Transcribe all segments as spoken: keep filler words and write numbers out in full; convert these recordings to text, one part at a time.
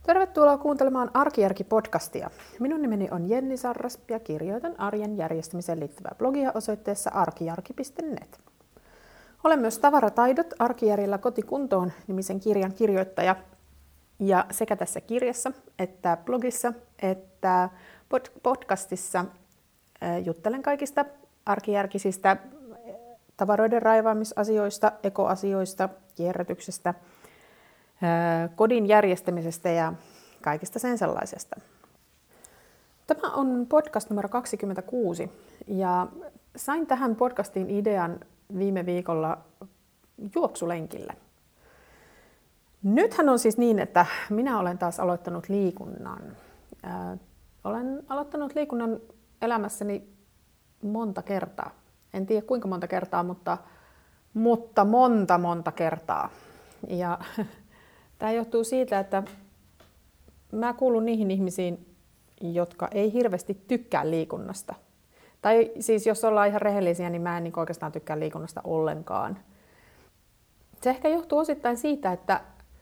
Tervetuloa kuuntelemaan Arkijärki-podcastia. Minun nimeni on Jenni Sarras ja kirjoitan arjen järjestämiseen liittyvää blogia osoitteessa arkijarki piste net. Olen myös Tavarataidot arkijärjellä kotikuntoon nimisen kirjan kirjoittaja. Ja sekä tässä kirjassa että blogissa että podcastissa juttelen kaikista arkijärkisistä tavaroiden raivaamisasioista, ekoasioista, kierrätyksestä, kodin järjestämisestä ja kaikista sen sellaisesta. Tämä on podcast numero kaksikymmentäkuusi ja sain tähän podcastiin idean viime viikolla juoksulenkillä. Nythän on siis niin, että minä olen taas aloittanut liikunnan. Ää, olen aloittanut liikunnan elämässäni monta kertaa. En tiedä kuinka monta kertaa, mutta, mutta monta monta kertaa. Ja tämä johtuu siitä, että mä kuulun niihin ihmisiin, jotka ei hirveästi tykkää liikunnasta. Tai siis jos ollaan ihan rehellisiä, niin mä en niin oikeastaan tykkää liikunnasta ollenkaan. Se ehkä johtuu osittain siitä, että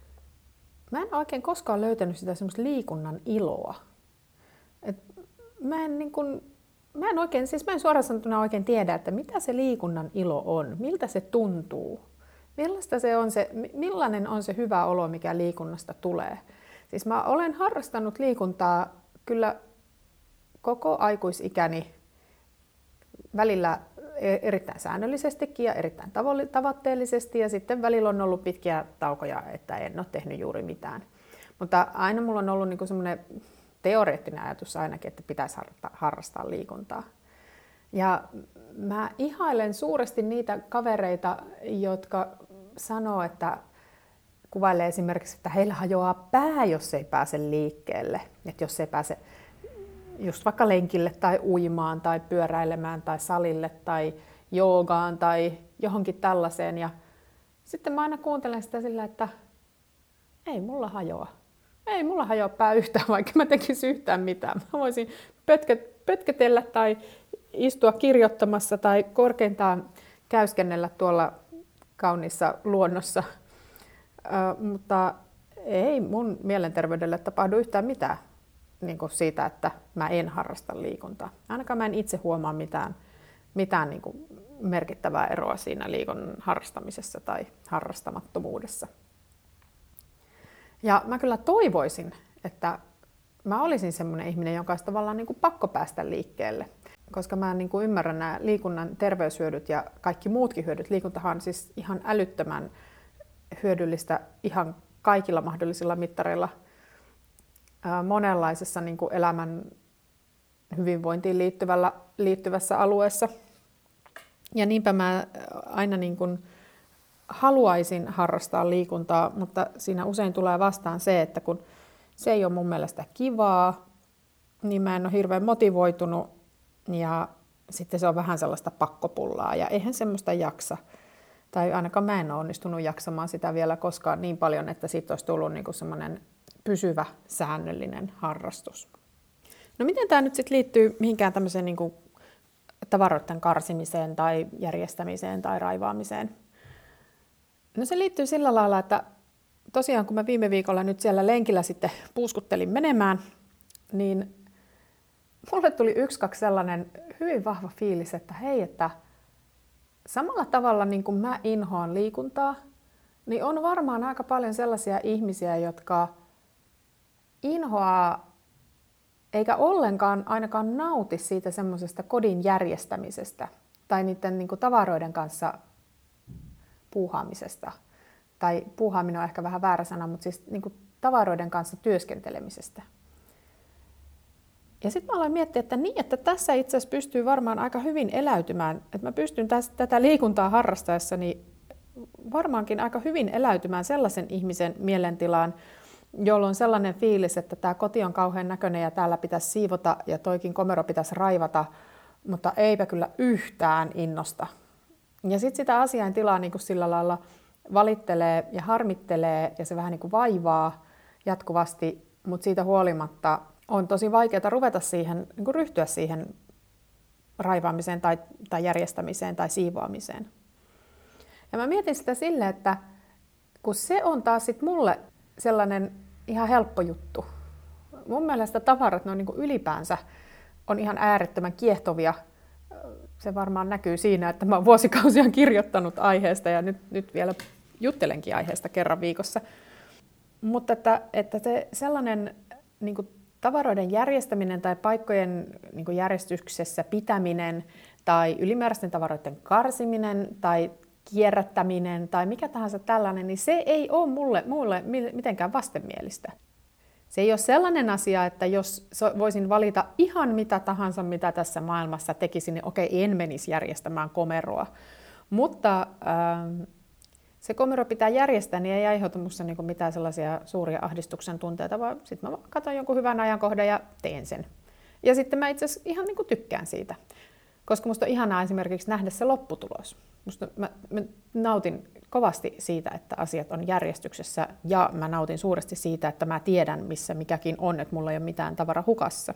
mä en oikein koskaan löytänyt sitä semmoista liikunnan iloa. Et mä en niin kun, mä en oikein, siis mä en suoraan sanottuna oikein tiedä, että mitä se liikunnan ilo on, miltä se tuntuu. Millaista se on se, millainen on se hyvä olo, mikä liikunnasta tulee? Siis mä olen harrastanut liikuntaa kyllä koko aikuisikäni välillä erittäin säännöllisestikin ja erittäin tavoitteellisesti ja sitten välillä on ollut pitkiä taukoja, että en ole tehnyt juuri mitään. Mutta aina mulla on ollut niinku semmoinen teoreettinen ajatus ainakin, että pitäisi harrastaa liikuntaa. Ja mä ihailen suuresti niitä kavereita, jotka sanoo, että kuvailee esimerkiksi, että heillä hajoaa pää, jos ei pääse liikkeelle. Että jos ei pääse just vaikka lenkille tai uimaan tai pyöräilemään tai salille tai joogaan tai johonkin tällaiseen. Ja sitten mä aina kuuntelen sitä sillä, että ei mulla hajoa. Ei mulla hajoa pää yhtään, vaikka mä tekisin yhtään mitään. Mä voisin pötket, pötketellä tai istua kirjoittamassa tai korkeintaan käyskennellä tuolla kauniissa luonnossa. Ö, mutta ei mun mielenterveydelle tapahdu yhtään mitään niin kuin siitä, että mä en harrasta liikuntaa. Ainakaan mä en itse huomaa mitään, mitään niin kuin merkittävää eroa siinä liikunnan harrastamisessa tai harrastamattomuudessa. Ja mä kyllä toivoisin, että mä olisin semmoinen ihminen, jonka olisi tavallaan niin kuin pakko päästä liikkeelle. Koska mä niin kuin ymmärrän nämä liikunnan terveyshyödyt ja kaikki muutkin hyödyt. Liikuntahan on siis ihan älyttömän hyödyllistä ihan kaikilla mahdollisilla mittareilla monenlaisessa niin kuin elämän hyvinvointiin liittyvällä, liittyvässä alueessa. Ja niinpä mä aina niin kuin haluaisin harrastaa liikuntaa, mutta siinä usein tulee vastaan se, että kun se ei ole mun mielestä kivaa, niin mä en ole hirveän motivoitunut ja sitten se on vähän sellaista pakkopullaa ja eihän semmoista jaksa. Tai ainakaan mä en ole onnistunut jaksamaan sitä vielä koskaan niin paljon, että siitä olisi tullut niinku semmoinen pysyvä, säännöllinen harrastus. No miten tämä nyt sitten liittyy mihinkään tämmöiseen niinku tavaroiden karsimiseen tai järjestämiseen tai raivaamiseen? No se liittyy sillä lailla, että tosiaan kun mä viime viikolla nyt siellä lenkillä sitten puuskuttelin menemään, niin mulle tuli yksi, kaksi sellainen hyvin vahva fiilis, että hei, että samalla tavalla niin kuin mä inhoan liikuntaa, niin on varmaan aika paljon sellaisia ihmisiä, jotka inhoaa eikä ollenkaan ainakaan nauti siitä semmoisesta kodin järjestämisestä tai niiden niin kuin tavaroiden kanssa puuhaamisesta. Tai puuhaaminen on ehkä vähän väärä sana, mutta siis niin kuin tavaroiden kanssa työskentelemisestä. Ja sitten mä aloin miettiä, että niin, että tässä itse asiassa pystyy varmaan aika hyvin eläytymään. Että mä pystyn tästä, tätä liikuntaa harrastaessani varmaankin aika hyvin eläytymään sellaisen ihmisen mielentilaan, jolla on sellainen fiilis, että tämä koti on kauhean näköinen ja täällä pitäisi siivota ja toikin komero pitäisi raivata, mutta eipä kyllä yhtään innosta. Ja sitten sitä asiaintilaa niin kuin sillä lailla valittelee ja harmittelee ja se vähän niin kuin vaivaa jatkuvasti, mutta siitä huolimatta on tosi vaikeaa ruveta siihen, niin kuin ryhtyä siihen raivaamiseen tai, tai järjestämiseen tai siivoamiseen. Ja mä mietin sitä silleen, että kun se on taas sit mulle sellainen ihan helppo juttu. Mun mielestä tavarat ne on niin kuin ylipäänsä on ihan äärettömän kiehtovia. Se varmaan näkyy siinä, että mä oon vuosikausia kirjoittanut aiheesta ja nyt, nyt vielä juttelenkin aiheesta kerran viikossa. Mutta että, että se sellainen niin kuin tavaroiden järjestäminen tai paikkojen niin kuin järjestyksessä pitäminen tai ylimääräisten tavaroiden karsiminen tai kierrättäminen tai mikä tahansa tällainen, niin se ei ole mulle, mulle mitenkään vastenmielistä. Se ei ole sellainen asia, että jos voisin valita ihan mitä tahansa, mitä tässä maailmassa tekisin, niin okei, en menisi järjestämään komeroa. Mutta ähm, se komero pitää järjestää, niin ei aiheuta minusta niin mitään sellaisia suuria ahdistuksen tunteita, vaan sitten mä katson jonkun hyvän ajankohdan ja teen sen. Ja sitten mä itse asiassa ihan niin kuin tykkään siitä, koska musta on ihanaa esimerkiksi nähdä se lopputulos. Musta mä, mä nautin kovasti siitä, että asiat on järjestyksessä ja mä nautin suuresti siitä, että mä tiedän, missä mikäkin on, että mulla ei ole mitään tavara hukassa.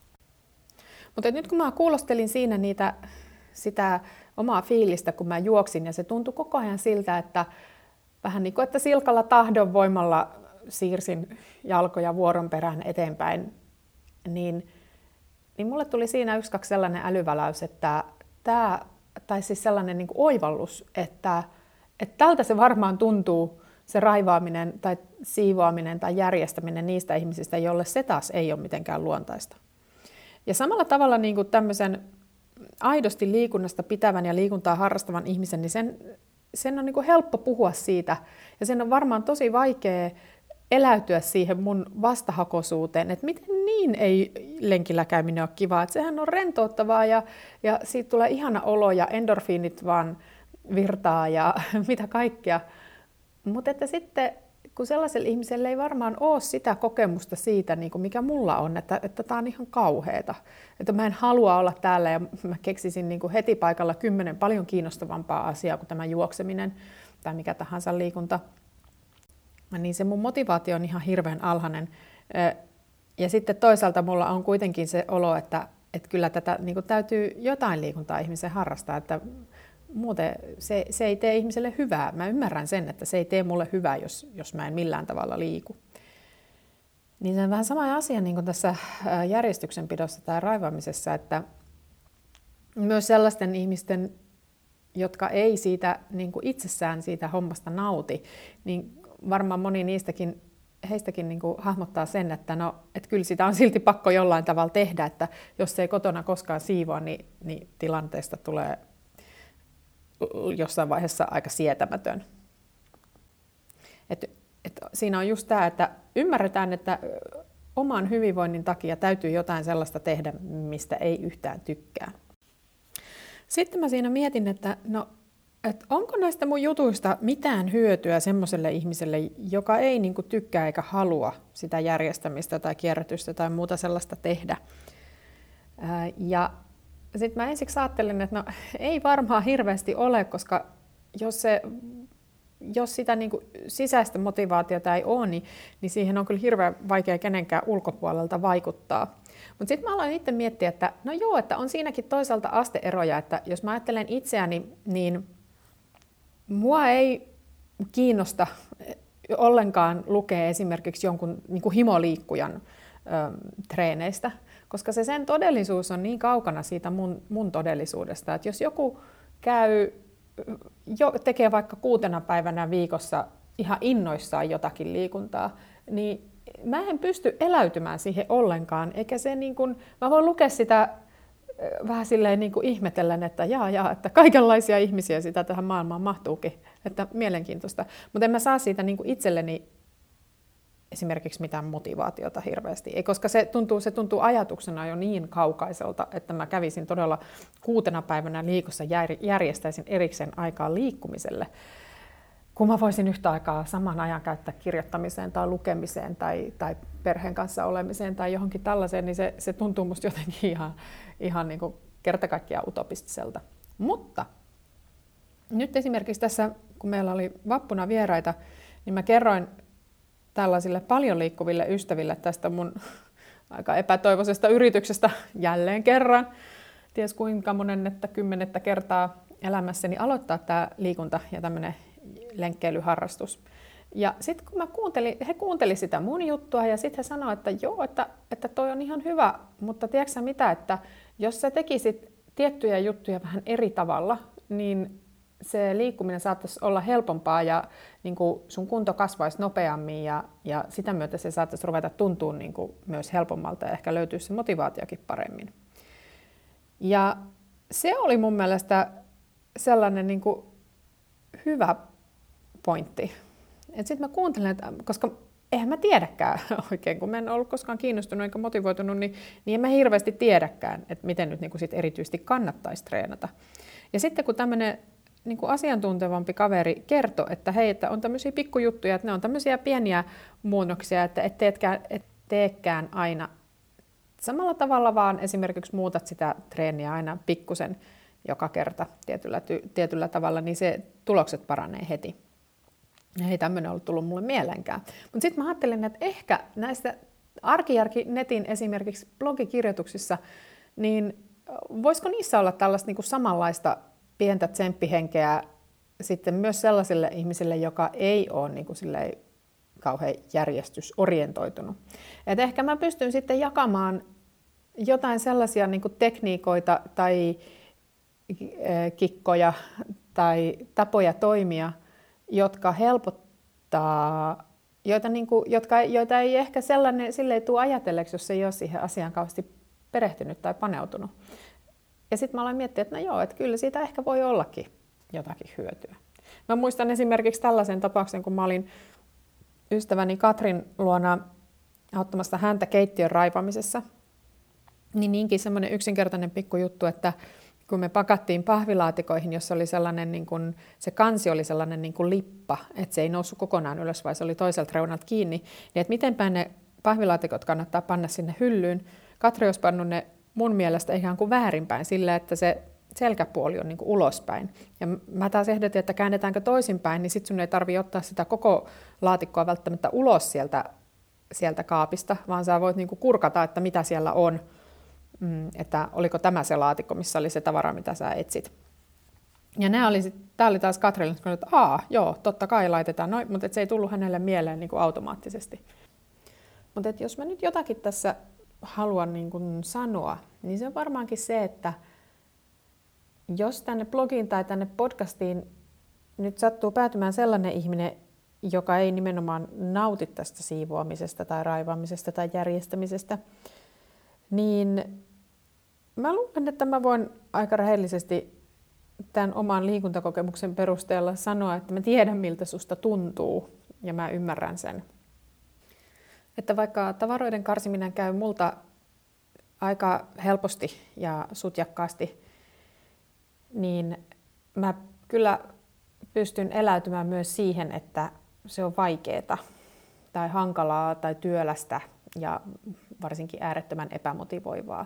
Mutta nyt kun mä kuulostelin siinä niitä, sitä omaa fiilistä, kun mä juoksin, ja se tuntui koko ajan siltä, että vähän niin kuin, että silkalla tahdonvoimalla siirsin jalkoja vuoron perään eteenpäin, niin, niin mulle tuli siinä yksi kaksi sellainen älyväläys, että tämä, tai siis sellainen niin kuin oivallus, että, että tältä se varmaan tuntuu se raivaaminen tai siivoaminen tai järjestäminen niistä ihmisistä, jolle se taas ei ole mitenkään luontaista. Ja samalla tavalla niin kuin tämmöisen aidosti liikunnasta pitävän ja liikuntaa harrastavan ihmisen, niin sen, sen on niin kuin helppo puhua siitä. Ja sen on varmaan tosi vaikea eläytyä siihen mun vastahakoisuuteen, että miten niin ei lenkillä käyminen ole kivaa. Että sehän on rentouttavaa ja, ja siitä tulee ihana olo ja endorfiinit vaan virtaa ja mitä kaikkea. Mutta että sitten kun sellaisella ihmisellä ei varmaan ole sitä kokemusta siitä, niin kuin mikä mulla on, että, että tämä on ihan kauheata. Että mä en halua olla täällä ja mä keksisin niin kuin heti paikalla kymmenen paljon kiinnostavampaa asiaa kuin tämä juokseminen tai mikä tahansa liikunta. Niin se mun motivaatio on ihan hirveän alhainen. Ja sitten toisaalta mulla on kuitenkin se olo, että, että kyllä tätä niin kuin täytyy jotain liikuntaa ihmisen harrastaa, että muuten se, se ei tee ihmiselle hyvää. Mä ymmärrän sen, että se ei tee mulle hyvää, jos, jos mä en millään tavalla liiku. Niin se on vähän sama asia niin kuin tässä järjestyksenpidossa tai raivaamisessa, että myös sellaisten ihmisten, jotka ei siitä niin kuin itsessään siitä hommasta nauti, niin varmaan moni niistäkin, heistäkin niin kuin hahmottaa sen, että no, et kyllä sitä on silti pakko jollain tavalla tehdä, että jos ei kotona koskaan siivoa, niin, niin tilanteesta tulee jossain vaiheessa aika sietämätön. Et, et siinä on just tämä, että ymmärretään, että oman hyvinvoinnin takia täytyy jotain sellaista tehdä, mistä ei yhtään tykkää. Sitten mä siinä mietin, että no, et onko näistä mun jutuista mitään hyötyä semmoiselle ihmiselle, joka ei niinku tykkää eikä halua sitä järjestämistä tai kierrätystä tai muuta sellaista tehdä. Ää, ja sitten mä ensiksi ajattelin, että no ei varmaan hirveästi ole, koska jos, se, jos sitä niin kuin sisäistä motivaatiota ei ole, niin, niin siihen on kyllä hirveän vaikea kenenkään ulkopuolelta vaikuttaa. Mutta sitten mä aloin itse miettiä, että no joo, että on siinäkin toisaalta asteeroja, että jos mä ajattelen itseäni, niin mua ei kiinnosta ollenkaan lukea esimerkiksi jonkun niin kuin himoliikkujan ö, treeneistä, koska se sen todellisuus on niin kaukana siitä mun, mun todellisuudesta, että jos joku käy, jo, tekee vaikka kuutena päivänä viikossa ihan innoissaan jotakin liikuntaa, niin mä en pysty eläytymään siihen ollenkaan, eikä se niin kuin, mä voin lukea sitä vähän silleen niin kuin ihmetellen, että jaa, jaa, että kaikenlaisia ihmisiä sitä tähän maailmaan mahtuukin, että mielenkiintoista, mutta en mä saa siitä niin kuin itselleni esimerkiksi mitään motivaatiota hirveästi. Ei, koska se tuntuu, se tuntuu ajatuksena jo niin kaukaiselta, että mä kävisin todella kuutena päivänä liikossa, järjestäisin erikseen aikaa liikkumiselle, kun mä voisin yhtä aikaa saman ajan käyttää kirjoittamiseen tai lukemiseen tai, tai perheen kanssa olemiseen tai johonkin tällaiseen, niin se, se tuntuu musta jotenkin ihan, ihan niin kuin kerta kaikkiaan utopistiselta. Mutta nyt esimerkiksi tässä, kun meillä oli vappuna vieraita, niin mä kerroin tällaisille paljon liikkuville ystäville tästä mun aika epätoivoisesta yrityksestä jälleen kerran. Ties kuinka monen, että kymmenettä kertaa elämässäni aloittaa tämä liikunta ja tämmöinen lenkkeilyharrastus. Ja sitten kun mä kuuntelin, he kuunteli sitä mun juttua ja sitten he sanoivat, että joo, että, että toi on ihan hyvä, mutta tiedätkö sä mitä, että jos sä tekisit tiettyjä juttuja vähän eri tavalla, niin se liikkuminen saattaisi olla helpompaa ja niin kuin sun kunto kasvaisi nopeammin ja, ja sitä myötä se saattaisi ruveta tuntua niin kuin myös helpommalta ja ehkä löytyisi se motivaatiokin paremmin. Ja se oli mun mielestä sellainen niin kuin hyvä pointti. Sitten mä kuuntelen, että koska eihän mä tiedäkään oikein, kun mä en ollut koskaan kiinnostunut eikä motivoitunut, niin, niin en mä hirveästi tiedäkään, että miten nyt niin kuin sit erityisesti kannattaisi treenata. Ja sitten kun tämmöinen niin kuin asiantuntevampi kaveri kertoi, että hei, että on tämmöisiä pikkujuttuja, että ne on tämmöisiä pieniä muunnoksia, että et teekään, et teekään aina samalla tavalla, vaan esimerkiksi muutat sitä treeniä aina pikkusen joka kerta tietyllä, tietyllä tavalla, niin se tulokset paranee heti. Ei tämmöinen ollut tullut mulle mieleenkään. Mutta sitten mä ajattelin, että ehkä näissä Arkijärki-netin esimerkiksi blogikirjoituksissa, niin voisiko niissä olla tällaista niin kuin samanlaista pientä tsemppihenkeä sitten myös sellaisille ihmisille, joka ei ole niin kuin silleen kauhean järjestysorientoitunut. Et ehkä mä pystyn sitten jakamaan jotain sellaisia niin kuin tekniikoita tai kikkoja tai tapoja toimia, jotka helpottaa, joita, niin kuin, jotka, joita ei ehkä sellainen, sille ei tule ajatelleeksi, jos ei ole siihen asiaan kauheasti perehtynyt tai paneutunut. Ja sitten mä aloin miettiä, että no joo, että kyllä siitä ehkä voi ollakin jotakin hyötyä. Mä muistan esimerkiksi tällaisen tapauksen, kun mä olin ystäväni Katrin luona auttamassa häntä keittiön raivamisessa, niin niinkin semmoinen yksinkertainen pikkujuttu, että kun me pakattiin pahvilaatikoihin, jossa oli sellainen, niin kuin, se kansi oli sellainen niin kuin lippa, että se ei noussut kokonaan ylös, vaan se oli toiselta reunalta kiinni, niin että mitenpä ne pahvilaatikot kannattaa panna sinne hyllyyn. Katri olisi pannut ne mun mielestä ihan kuin väärinpäin sillä, että se selkäpuoli on niin kuin ulospäin. Ja mä taas ehdotin, että käännetäänkö toisinpäin, niin sit sun ei tarvitse ottaa sitä koko laatikkoa välttämättä ulos sieltä, sieltä kaapista, vaan sä voit niin kuin kurkata, että mitä siellä on. Että oliko tämä se laatikko, missä oli se tavara, mitä sä etsit. Ja nämä oli, tämä oli taas Katrille, että aa, joo, totta kai laitetaan noin, mutta se ei tullut hänelle mieleen niin kuin automaattisesti. Mutta jos mä nyt jotakin tässä haluan niin kuin sanoa, niin se on varmaankin se, että jos tänne blogiin tai tänne podcastiin nyt sattuu päätymään sellainen ihminen, joka ei nimenomaan nauti tästä siivoamisesta tai raivaamisesta tai järjestämisestä, niin mä luulen, että mä voin aika rehellisesti tämän oman liikuntakokemuksen perusteella sanoa, että mä tiedän, miltä susta tuntuu, ja mä ymmärrän sen. Että vaikka tavaroiden karsiminen käy multa aika helposti ja sutjakkaasti, niin mä kyllä pystyn eläytymään myös siihen, että se on vaikeaa tai hankalaa tai työlästä ja varsinkin äärettömän epämotivoivaa.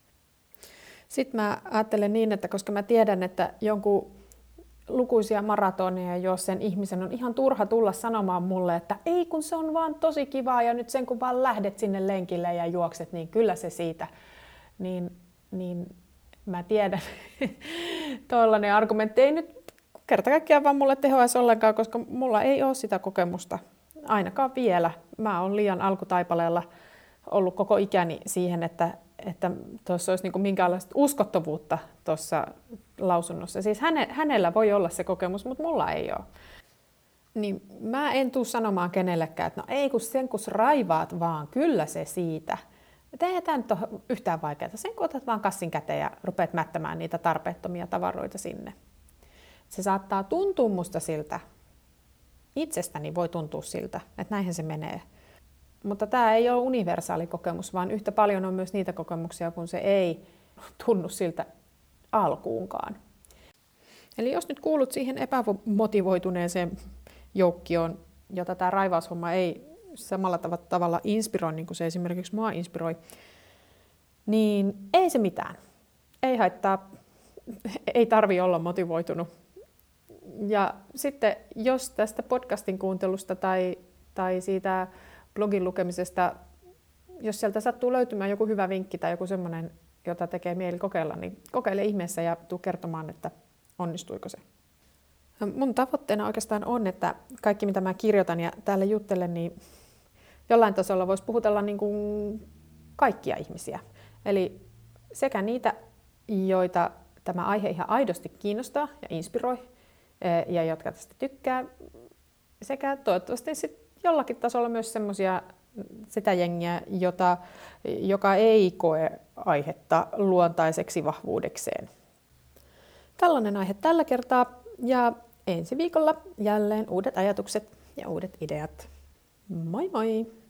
Sitten mä ajattelen niin, että koska mä tiedän, että jonkun lukuisia maratoneja, jos sen ihmisen on ihan turha tulla sanomaan mulle, että ei kun se on vaan tosi kivaa ja nyt sen kun vaan lähdet sinne lenkille ja juokset, niin kyllä se siitä. Niin, niin mä tiedän, tuollainen argumentti ei nyt kerta kaikkiaan vaan mulle tehoaisi ollenkaan, koska mulla ei ole sitä kokemusta. Ainakaan vielä. Mä oon liian alkutaipaleella ollut koko ikäni siihen, että että tuossa olisi niin minkäänlaista uskottavuutta tuossa lausunnossa. Siis häne, hänellä voi olla se kokemus, mutta mulla ei ole. Niin mä en tule sanomaan kenellekään, että no ei kun sen kun raivaat vaan, kyllä se siitä. Eihän tämä nyt ole yhtään vaikeaa. Sen kun otat vaan kassin käteen ja rupeat mättämään niitä tarpeettomia tavaroita sinne. Se saattaa tuntua musta siltä, itsestäni voi tuntua siltä, että näinhän se menee. Mutta tämä ei ole universaali kokemus, vaan yhtä paljon on myös niitä kokemuksia, kun se ei tunnu siltä alkuunkaan. Eli jos nyt kuulut siihen epämotivoituneeseen joukkioon, jota tämä raivaushomma ei samalla tavalla inspiroi, niin kuin se esimerkiksi mua inspiroi, niin ei se mitään. Ei haittaa, ei tarvitse olla motivoitunut. Ja sitten jos tästä podcastin kuuntelusta tai, tai siitä blogin lukemisesta, jos sieltä sattuu löytymään joku hyvä vinkki tai joku semmoinen, jota tekee mieli kokeilla, niin kokeile ihmeessä ja tuu kertomaan, että onnistuiko se. Mun tavoitteena oikeastaan on, että kaikki mitä mä kirjoitan ja täällä juttelen, niin jollain tasolla voisi puhutella niin kuin kaikkia ihmisiä. Eli sekä niitä, joita tämä aihe ihan aidosti kiinnostaa ja inspiroi, ja jotka tästä tykkää, sekä toivottavasti sit jollakin tasolla myös semmoisia sitä jengiä, jota, joka ei koe aihetta luontaiseksi vahvuudekseen. Tällainen aihe tällä kertaa, ja ensi viikolla jälleen uudet ajatukset ja uudet ideat. Moi moi!